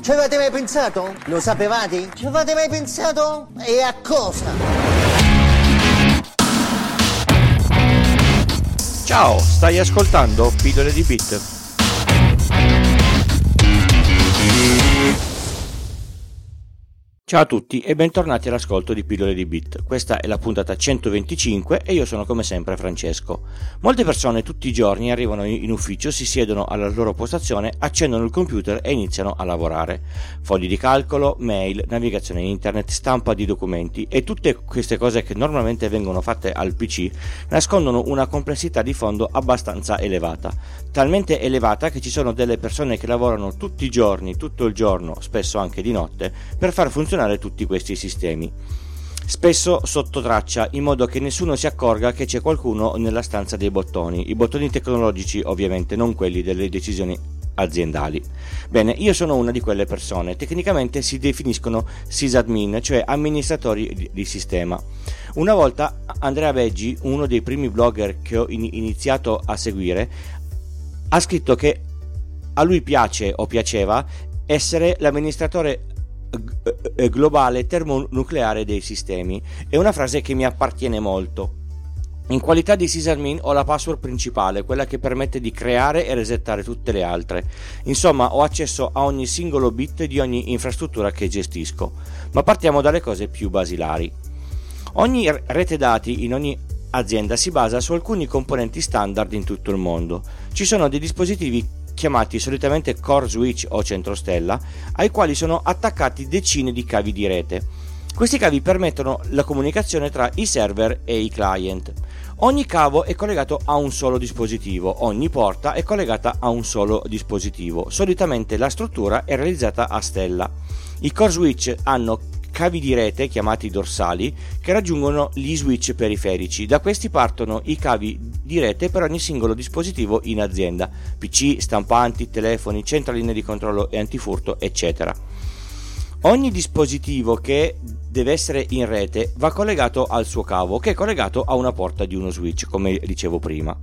Ci avete mai pensato? Lo sapevate? Ci avete mai pensato? E a cosa? Ciao, stai ascoltando Pillole di Bit. Ciao a tutti e bentornati all'ascolto di Pillole di Bit. Questa è la puntata 125 e io sono come sempre Francesco. Molte persone tutti i giorni arrivano in ufficio, si siedono alla loro postazione, accendono il computer e iniziano a lavorare. Fogli di calcolo, mail, navigazione in internet, stampa di documenti e tutte queste cose che normalmente vengono fatte al PC nascondono una complessità di fondo abbastanza elevata. Talmente elevata che ci sono delle persone che lavorano tutti i giorni, tutto il giorno, spesso anche di notte, per far funzionare tutti questi sistemi, spesso sotto traccia, in modo che nessuno si accorga che c'è qualcuno nella stanza dei bottoni, i bottoni tecnologici ovviamente, non quelli delle decisioni aziendali. Bene, io sono una di quelle persone, tecnicamente si definiscono sysadmin, cioè amministratori di sistema. Una volta Andrea Veggi, uno dei primi blogger che ho iniziato a seguire, ha scritto che a lui piace o piaceva essere l'amministratore globale termonucleare dei sistemi. È una frase che mi appartiene molto. In qualità di sysadmin ho la password principale, quella che permette di creare e resettare tutte le altre. Insomma, ho accesso a ogni singolo bit di ogni infrastruttura che gestisco. Ma partiamo dalle cose più basilari. Ogni rete dati in ogni azienda si basa su alcuni componenti standard in tutto il mondo. Ci sono dei dispositivi chiamati solitamente core switch o centrostella, ai quali sono attaccati decine di cavi di rete. Questi cavi permettono la comunicazione tra i server e i client. Ogni cavo è collegato a un solo dispositivo, ogni porta è collegata a un solo dispositivo. Solitamente la struttura è realizzata a stella. I core switch hanno cavi di rete chiamati dorsali che raggiungono gli switch periferici. Da questi partono i cavi di rete per ogni singolo dispositivo in azienda: PC, stampanti, telefoni, centraline di controllo e antifurto, eccetera. Ogni dispositivo che deve essere in rete va collegato al suo cavo, che è collegato a una porta di uno switch, come dicevo prima.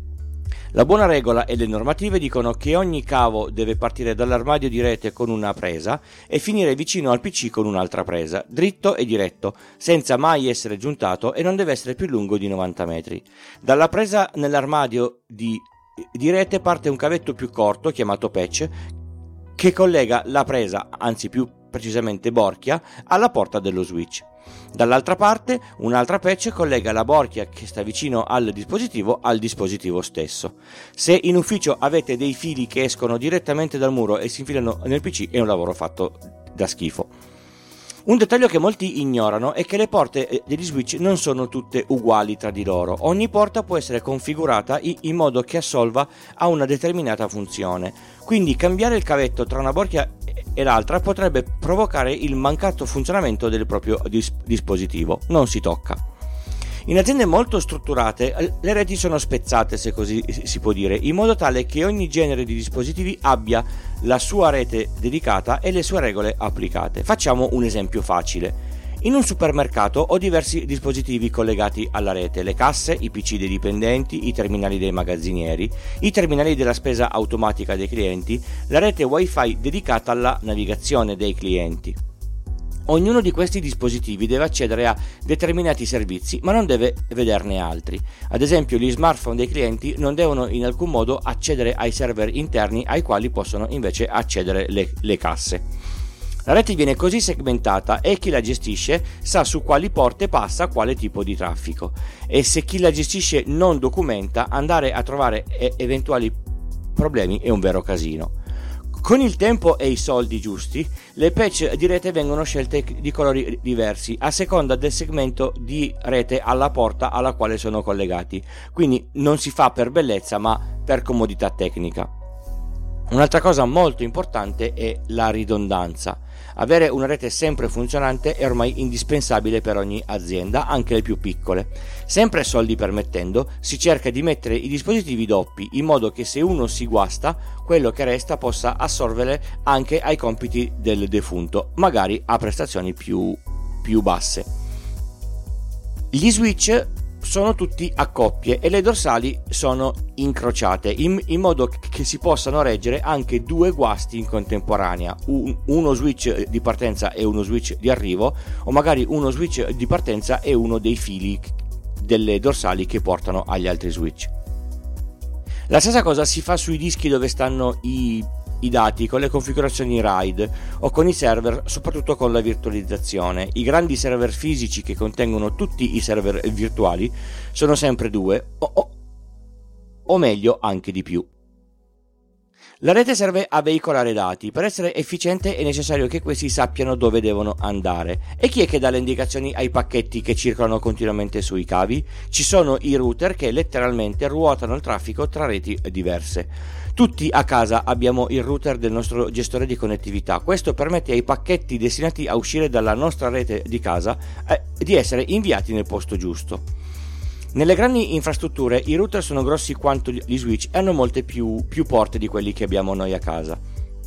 La buona regola e le normative dicono che ogni cavo deve partire dall'armadio di rete con una presa e finire vicino al PC con un'altra presa, dritto e diretto, senza mai essere giuntato, e non deve essere più lungo di 90 metri. Dalla presa nell'armadio di rete parte un cavetto più corto, chiamato patch, che collega la presa, anzi più precisamente borchia, alla porta dello switch. Dall'altra parte un'altra patch collega la borchia che sta vicino al dispositivo stesso. Se in ufficio avete dei fili che escono direttamente dal muro e si infilano nel PC, è un lavoro fatto da schifo. Un dettaglio che molti ignorano è che le porte degli switch non sono tutte uguali tra di loro. Ogni porta può essere configurata in modo che assolva a una determinata funzione. Quindi cambiare il cavetto tra una borchia e l'altra potrebbe provocare il mancato funzionamento del proprio dispositivo. Non si tocca. In aziende molto strutturate le reti sono spezzate, se così si può dire, in modo tale che ogni genere di dispositivi abbia la sua rete dedicata e le sue regole applicate. Facciamo un esempio facile. In un supermercato ho diversi dispositivi collegati alla rete: le casse, i PC dei dipendenti, i terminali dei magazzinieri, i terminali della spesa automatica dei clienti, la rete wifi dedicata alla navigazione dei clienti. Ognuno di questi dispositivi deve accedere a determinati servizi, ma non deve vederne altri. Ad esempio, gli smartphone dei clienti non devono in alcun modo accedere ai server interni, ai quali possono invece accedere le casse. La rete viene così segmentata e chi la gestisce sa su quali porte passa quale tipo di traffico, e se chi la gestisce non documenta, andare a trovare eventuali problemi è un vero casino. Con il tempo e i soldi giusti, le patch di rete vengono scelte di colori diversi a seconda del segmento di rete alla porta alla quale sono collegati, quindi non si fa per bellezza ma per comodità tecnica. Un'altra cosa molto importante è la ridondanza. Avere una rete sempre funzionante è ormai indispensabile per ogni azienda, anche le più piccole. Sempre soldi permettendo, si cerca di mettere i dispositivi doppi, in modo che se uno si guasta, quello che resta possa assolvere anche ai compiti del defunto, magari a prestazioni più basse. Gli switch sono tutti a coppie e le dorsali sono incrociate in modo che si possano reggere anche due guasti in contemporanea, uno switch di partenza e uno switch di arrivo, o magari uno switch di partenza e uno dei fili delle dorsali che portano agli altri switch. La stessa cosa si fa sui dischi dove stanno i dati, con le configurazioni RAID o con i server, soprattutto con la virtualizzazione. I grandi server fisici che contengono tutti i server virtuali sono sempre due o meglio anche di più. La rete serve a veicolare dati. Per essere efficiente è necessario che questi sappiano dove devono andare. E chi è che dà le indicazioni ai pacchetti che circolano continuamente sui cavi? Ci sono i router che letteralmente ruotano il traffico tra reti diverse. Tutti a casa abbiamo il router del nostro gestore di connettività. Questo permette ai pacchetti destinati a uscire dalla nostra rete di casa di essere inviati nel posto giusto. Nelle grandi infrastrutture i router sono grossi quanto gli switch e hanno molte più porte di quelli che abbiamo noi a casa.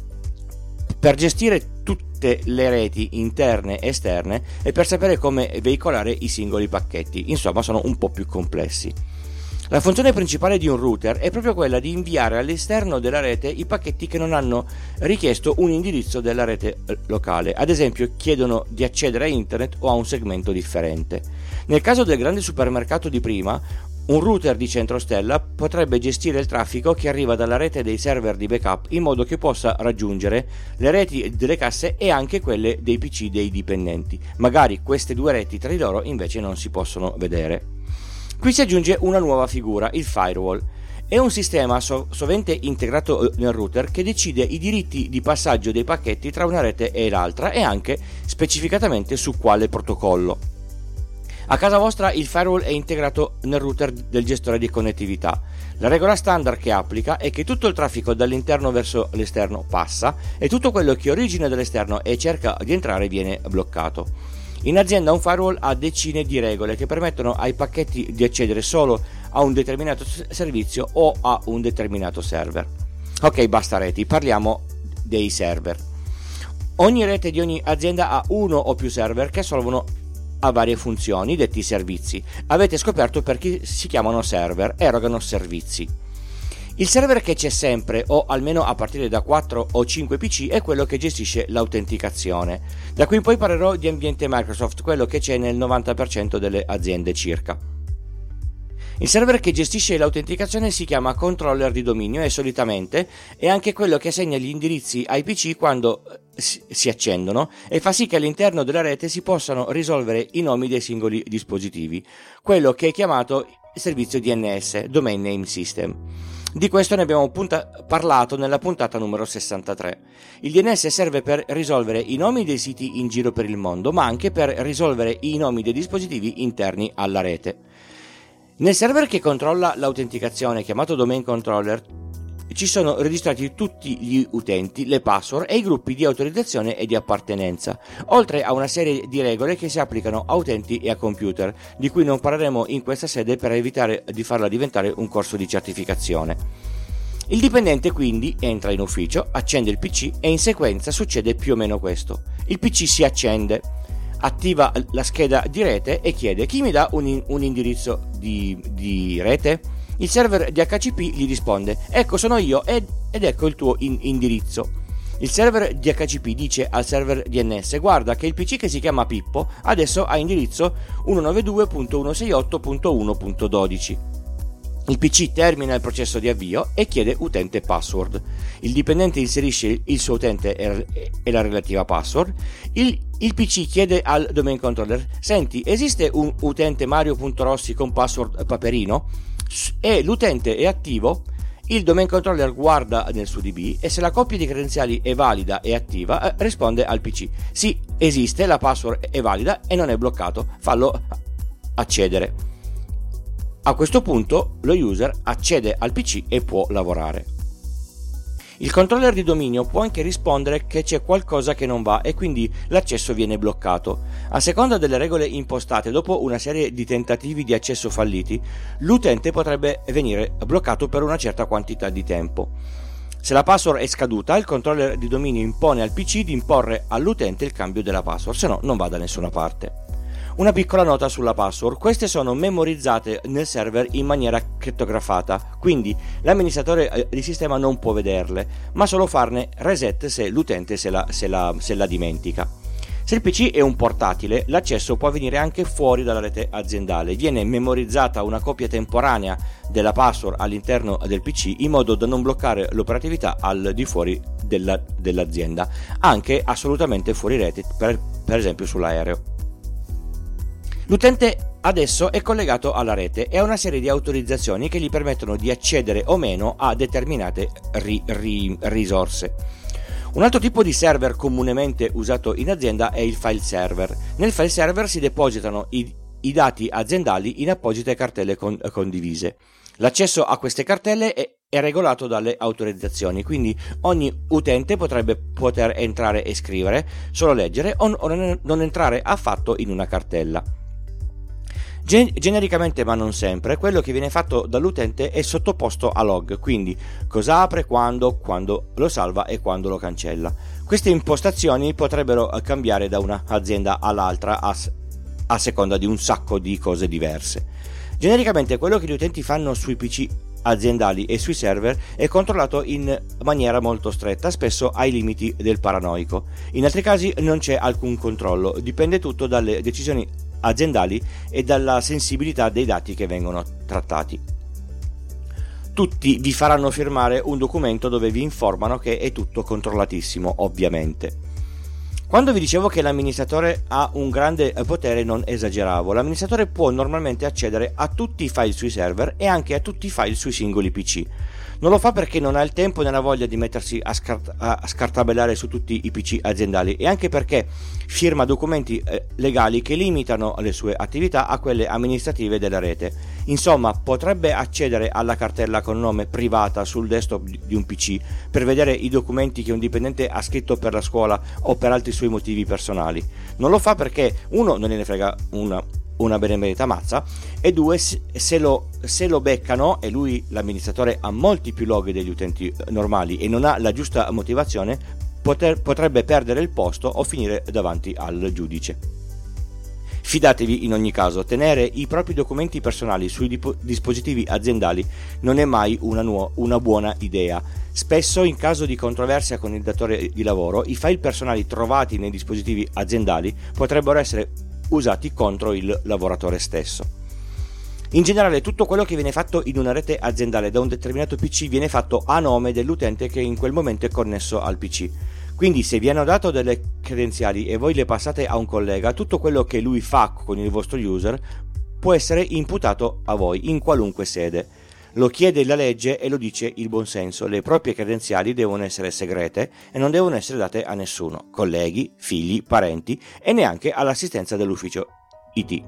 Per gestire tutte le reti interne e esterne e per sapere come veicolare i singoli pacchetti, insomma sono un po' più complessi. La funzione principale di un router è proprio quella di inviare all'esterno della rete i pacchetti che non hanno richiesto un indirizzo della rete locale, ad esempio chiedono di accedere a internet o a un segmento differente. Nel caso del grande supermercato di prima, un router di centrostella potrebbe gestire il traffico che arriva dalla rete dei server di backup in modo che possa raggiungere le reti delle casse e anche quelle dei PC dei dipendenti. Magari queste due reti tra di loro invece non si possono vedere. Qui si aggiunge una nuova figura, il firewall. È un sistema sovente integrato nel router che decide i diritti di passaggio dei pacchetti tra una rete e l'altra e anche specificatamente su quale protocollo. A casa vostra il firewall è integrato nel router del gestore di connettività. La regola standard che applica è che tutto il traffico dall'interno verso l'esterno passa e tutto quello che origina dall'esterno e cerca di entrare viene bloccato. In azienda un firewall ha decine di regole che permettono ai pacchetti di accedere solo a un determinato servizio o a un determinato server. Ok, basta reti, parliamo dei server. Ogni rete di ogni azienda ha uno o più server che assolvono a varie funzioni, detti servizi. Avete scoperto perché si chiamano server, erogano servizi. Il server che c'è sempre, o almeno a partire da 4 o 5 PC, è quello che gestisce l'autenticazione. Da qui in poi parlerò di ambiente Microsoft, quello che c'è nel 90% delle aziende circa. Il server che gestisce l'autenticazione si chiama controller di dominio e solitamente è anche quello che assegna gli indirizzi ai PC quando si accendono e fa sì che all'interno della rete si possano risolvere i nomi dei singoli dispositivi, quello che è chiamato servizio DNS, Domain Name System. Di questo ne abbiamo parlato nella puntata numero 63. Il DNS serve per risolvere i nomi dei siti in giro per il mondo, ma anche per risolvere i nomi dei dispositivi interni alla rete. Nel server che controlla l'autenticazione, chiamato Domain Controller, ci sono registrati tutti gli utenti, le password e i gruppi di autorizzazione e di appartenenza, oltre a una serie di regole che si applicano a utenti e a computer, di cui non parleremo in questa sede per evitare di farla diventare un corso di certificazione. Il dipendente quindi entra in ufficio, accende il PC e in sequenza succede più o meno questo. Il PC si accende, attiva la scheda di rete e chiede: chi mi dà un indirizzo di rete? Il server DHCP gli risponde: ecco, sono io ed ecco il tuo indirizzo. Il server DHCP dice al server DNS: guarda che il PC che si chiama Pippo adesso ha indirizzo 192.168.1.12. Il PC termina il processo di avvio e chiede utente password. Il dipendente inserisce il suo utente e la relativa password. Il PC chiede al domain controller: senti, esiste un utente Mario.Rossi con password Paperino? E l'utente è attivo. Il domain controller guarda nel suo DB e se la coppia di credenziali è valida e attiva risponde al PC: sì, esiste, la password è valida e non è bloccato, fallo accedere. A questo punto lo user accede al PC e può lavorare. Il controller di dominio può anche rispondere che c'è qualcosa che non va e quindi l'accesso viene bloccato. A seconda delle regole impostate, dopo una serie di tentativi di accesso falliti, l'utente potrebbe venire bloccato per una certa quantità di tempo. Se la password è scaduta, il controller di dominio impone al PC di imporre all'utente il cambio della password, se no non va da nessuna parte. Una piccola nota sulla password: queste sono memorizzate nel server in maniera crittografata, quindi l'amministratore di sistema non può vederle, ma solo farne reset se l'utente se la dimentica. Se il PC è un portatile, l'accesso può avvenire anche fuori dalla rete aziendale. Viene memorizzata una copia temporanea della password all'interno del PC in modo da non bloccare l'operatività al di fuori dell'azienda, anche assolutamente fuori rete, per esempio sull'aereo. L'utente adesso è collegato alla rete e ha una serie di autorizzazioni che gli permettono di accedere o meno a determinate risorse. Un altro tipo di server comunemente usato in azienda è il file server. Nel file server si depositano i dati aziendali in apposite cartelle condivise. L'accesso a queste cartelle è regolato dalle autorizzazioni, quindi ogni utente potrebbe poter entrare e scrivere, solo leggere o non entrare affatto in una cartella. Genericamente, ma non sempre, quello che viene fatto dall'utente è sottoposto a log, quindi cosa apre, quando lo salva e quando lo cancella. Queste impostazioni potrebbero cambiare da una azienda all'altra a seconda di un sacco di cose diverse. Genericamente quello che gli utenti fanno sui PC aziendali e sui server è controllato in maniera molto stretta, spesso ai limiti del paranoico. In altri casi non c'è alcun controllo, dipende tutto dalle decisioni aziendali e dalla sensibilità dei dati che vengono trattati. Tutti vi faranno firmare un documento dove vi informano che è tutto controllatissimo, ovviamente. Quando vi dicevo che l'amministratore ha un grande potere, non esageravo. L'amministratore può normalmente accedere a tutti i file sui server e anche a tutti i file sui singoli PC. Non lo fa perché non ha il tempo né la voglia di mettersi a scartabellare su tutti i PC aziendali, e anche perché firma documenti legali che limitano le sue attività a quelle amministrative della rete. Insomma, potrebbe accedere alla cartella con nome privata sul desktop di un PC per vedere i documenti che un dipendente ha scritto per la scuola o per altri suoi motivi personali. Non lo fa perché, uno, non gliene frega una benemerita mazza, e due, se lo beccano e lui, l'amministratore, ha molti più log degli utenti normali e non ha la giusta motivazione, potrebbe perdere il posto o finire davanti al giudice. Fidatevi in ogni caso, tenere i propri documenti personali sui dispositivi aziendali non è mai una buona idea. Spesso, in caso di controversia con il datore di lavoro, i file personali trovati nei dispositivi aziendali potrebbero essere usati contro il lavoratore stesso. In generale, tutto quello che viene fatto in una rete aziendale da un determinato PC viene fatto a nome dell'utente che in quel momento è connesso al PC. Quindi, se vi hanno dato delle credenziali e voi le passate a un collega, tutto quello che lui fa con il vostro user può essere imputato a voi in qualunque sede. Lo chiede la legge e lo dice il buonsenso: le proprie credenziali devono essere segrete e non devono essere date a nessuno, colleghi, figli, parenti e neanche all'assistenza dell'ufficio IT.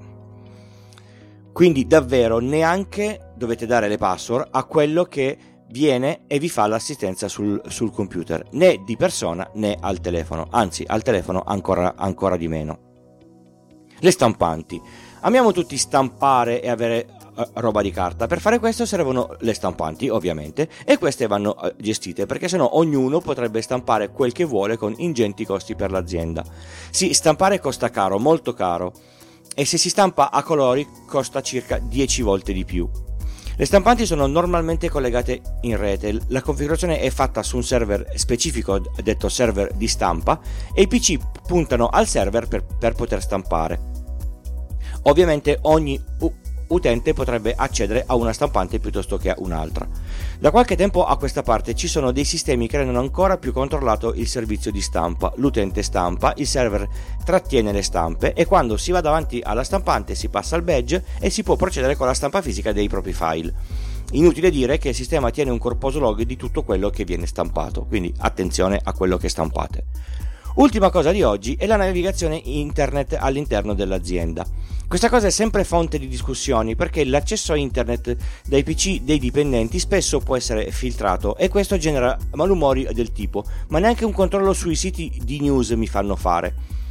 Quindi davvero neanche dovete dare le password a quello che viene e vi fa l'assistenza sul computer, né di persona né al telefono, anzi al telefono ancora di meno. Le stampanti. Amiamo tutti stampare e avere roba di carta. Per fare questo servono le stampanti, ovviamente, e queste vanno gestite, perché sennò ognuno potrebbe stampare quel che vuole con ingenti costi per l'azienda. Sì, stampare costa caro, molto caro, e se si stampa a colori costa circa 10 volte di più. Le stampanti sono normalmente collegate in rete, la configurazione è fatta su un server specifico detto server di stampa e i PC puntano al server per poter stampare. Ovviamente ogni utente potrebbe accedere a una stampante piuttosto che a un'altra. Da qualche tempo a questa parte ci sono dei sistemi che rendono ancora più controllato il servizio di stampa. L'utente stampa, il server trattiene le stampe e quando si va davanti alla stampante si passa il badge e si può procedere con la stampa fisica dei propri file. Inutile dire che il sistema tiene un corposo log di tutto quello che viene stampato, quindi attenzione a quello che stampate. Ultima cosa di oggi è la navigazione internet all'interno dell'azienda. Questa cosa è sempre fonte di discussioni perché l'accesso a internet dai PC dei dipendenti spesso può essere filtrato e questo genera malumori del tipo: ma neanche un controllo sui siti di news mi fanno fare.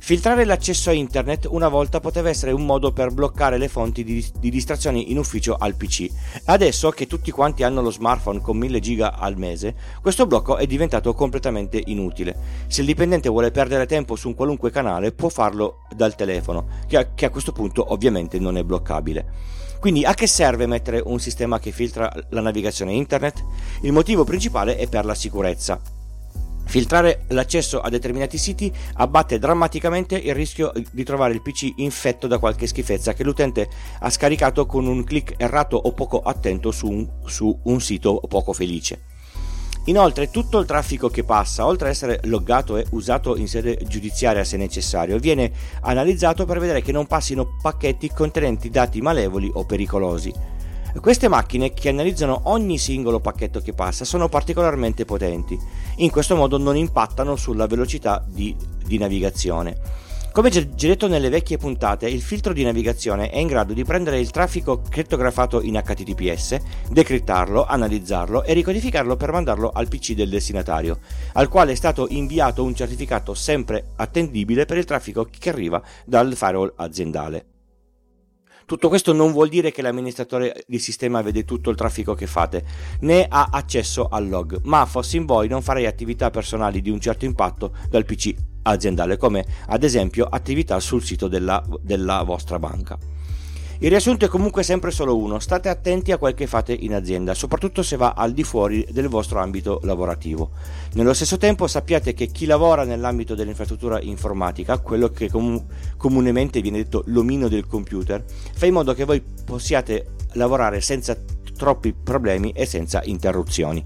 Filtrare l'accesso a internet una volta poteva essere un modo per bloccare le fonti di distrazioni in ufficio al PC. Adesso che tutti quanti hanno lo smartphone con 1000 giga al mese, questo blocco è diventato completamente inutile. Se il dipendente vuole perdere tempo su un qualunque canale, può farlo dal telefono, che a questo punto ovviamente non è bloccabile. Quindi a che serve mettere un sistema che filtra la navigazione internet? Il motivo principale è per la sicurezza. Filtrare l'accesso a determinati siti abbatte drammaticamente il rischio di trovare il PC infetto da qualche schifezza che l'utente ha scaricato con un click errato o poco attento su un sito poco felice. Inoltre, tutto il traffico che passa, oltre ad essere loggato e usato in sede giudiziaria se necessario, viene analizzato per vedere che non passino pacchetti contenenti dati malevoli o pericolosi. Queste macchine, che analizzano ogni singolo pacchetto che passa, sono particolarmente potenti. In questo modo non impattano sulla velocità di navigazione. Come già detto nelle vecchie puntate, il filtro di navigazione è in grado di prendere il traffico crittografato in HTTPS, decrittarlo, analizzarlo e ricodificarlo per mandarlo al PC del destinatario, al quale è stato inviato un certificato sempre attendibile per il traffico che arriva dal firewall aziendale. Tutto questo non vuol dire che l'amministratore di sistema vede tutto il traffico che fate, né ha accesso al log, ma fossi in voi non farei attività personali di un certo impatto dal PC aziendale, come ad esempio attività sul sito della vostra banca. Il riassunto è comunque sempre solo uno: state attenti a quel che fate in azienda, soprattutto se va al di fuori del vostro ambito lavorativo. Nello stesso tempo sappiate che chi lavora nell'ambito dell'infrastruttura informatica, quello che comunemente viene detto l'omino del computer, fa in modo che voi possiate lavorare senza troppi problemi e senza interruzioni.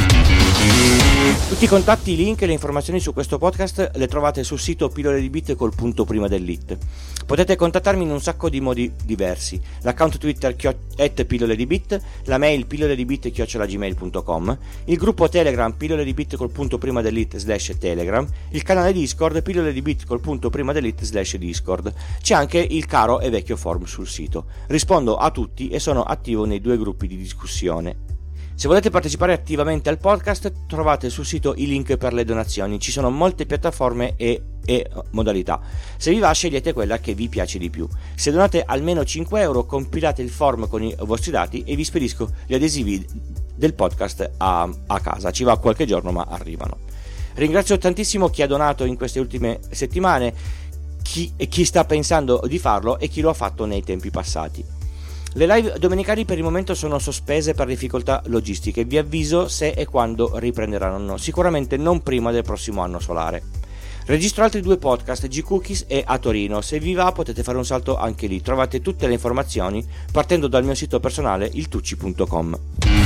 Tutti i contatti, i link e le informazioni su questo podcast le trovate sul sito pillole di bit col punto prima dell'it. Potete contattarmi in un sacco di modi diversi: l'account Twitter @pilloledibit, la mail pilloledibit@gmail.com, il gruppo Telegram pillole di bit col punto prima dell'it /telegram, il canale Discord pillole di bit col punto prima dell'it /discord. C'è anche il caro e vecchio forum sul sito. Rispondo a tutti e sono attivo nei 2 gruppi di discussione. Se volete partecipare attivamente al podcast, trovate sul sito i link per le donazioni. Ci sono molte piattaforme e modalità. Se vi va, scegliete quella che vi piace di più. Se donate almeno 5 euro, compilate il form con i vostri dati e vi spedisco gli adesivi del podcast a casa. Ci va qualche giorno, ma arrivano. Ringrazio tantissimo chi ha donato in queste ultime settimane, chi sta pensando di farlo e chi lo ha fatto nei tempi passati. Le live domenicali per il momento sono sospese per difficoltà logistiche. Vi avviso se e quando riprenderanno, sicuramente non prima del prossimo anno solare. Registro altri 2 podcast, G-Cookies e A Torino. Se vi va potete fare un salto anche lì. Trovate tutte le informazioni partendo dal mio sito personale, iltucci.com.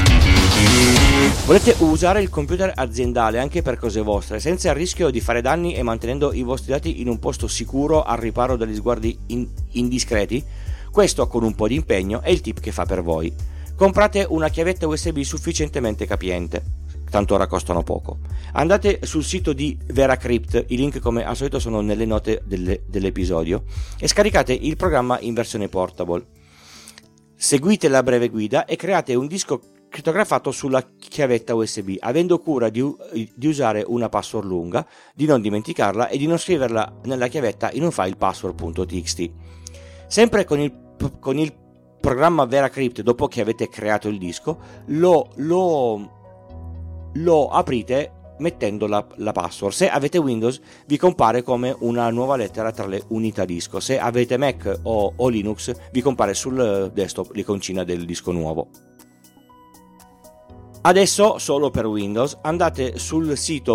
Volete usare il computer aziendale anche per cose vostre, senza il rischio di fare danni e mantenendo i vostri dati in un posto sicuro al riparo dagli sguardi indiscreti? Questo, con un po' di impegno, è il tip che fa per voi. Comprate una chiavetta USB sufficientemente capiente, tanto ora costano poco. Andate sul sito di VeraCrypt, i link come al solito sono nelle note dell'episodio, e scaricate il programma in versione portable. Seguite la breve guida e create un disco crittografato sulla chiavetta USB, avendo cura di usare una password lunga, di non dimenticarla e di non scriverla nella chiavetta in un file password.txt. Sempre con il programma VeraCrypt, dopo che avete creato il disco, lo aprite mettendo la password. Se avete Windows vi compare come una nuova lettera tra le unità disco. Se avete Mac o Linux vi compare sul desktop l'iconcina del disco nuovo. Adesso, solo per Windows, andate sul sito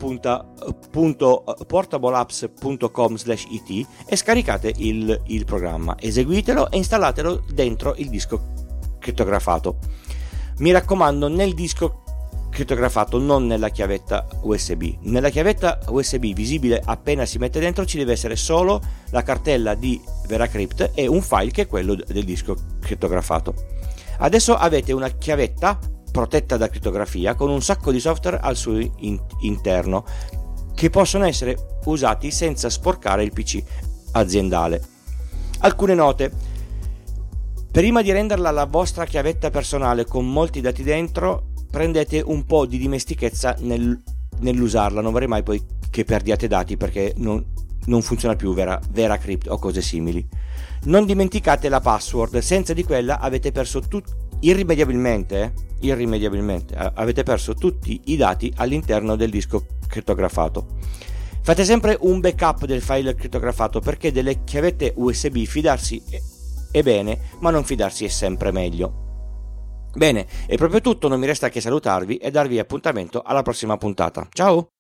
www.portableapps.com/it e scaricate il programma, eseguitelo e installatelo dentro il disco crittografato. Mi raccomando, nel disco crittografato, non nella chiavetta USB. Nella chiavetta USB visibile appena si mette dentro ci deve essere solo la cartella di VeraCrypt e un file che è quello del disco crittografato. Adesso avete una chiavetta protetta da crittografia con un sacco di software al suo interno che possono essere usati senza sporcare il PC aziendale. Alcune note: prima di renderla la vostra chiavetta personale con molti dati dentro, prendete un po' di dimestichezza nell'usarla. Non vorrei mai poi che perdiate dati perché non non funziona più VeraCrypt o cose simili. Non dimenticate la password, senza di quella avete perso irrimediabilmente avete perso tutti i dati all'interno del disco crittografato. Fate sempre un backup del file crittografato, perché delle chiavette USB fidarsi è bene, ma non fidarsi è sempre meglio. Bene, è proprio tutto, non mi resta che salutarvi e darvi appuntamento alla prossima puntata. Ciao!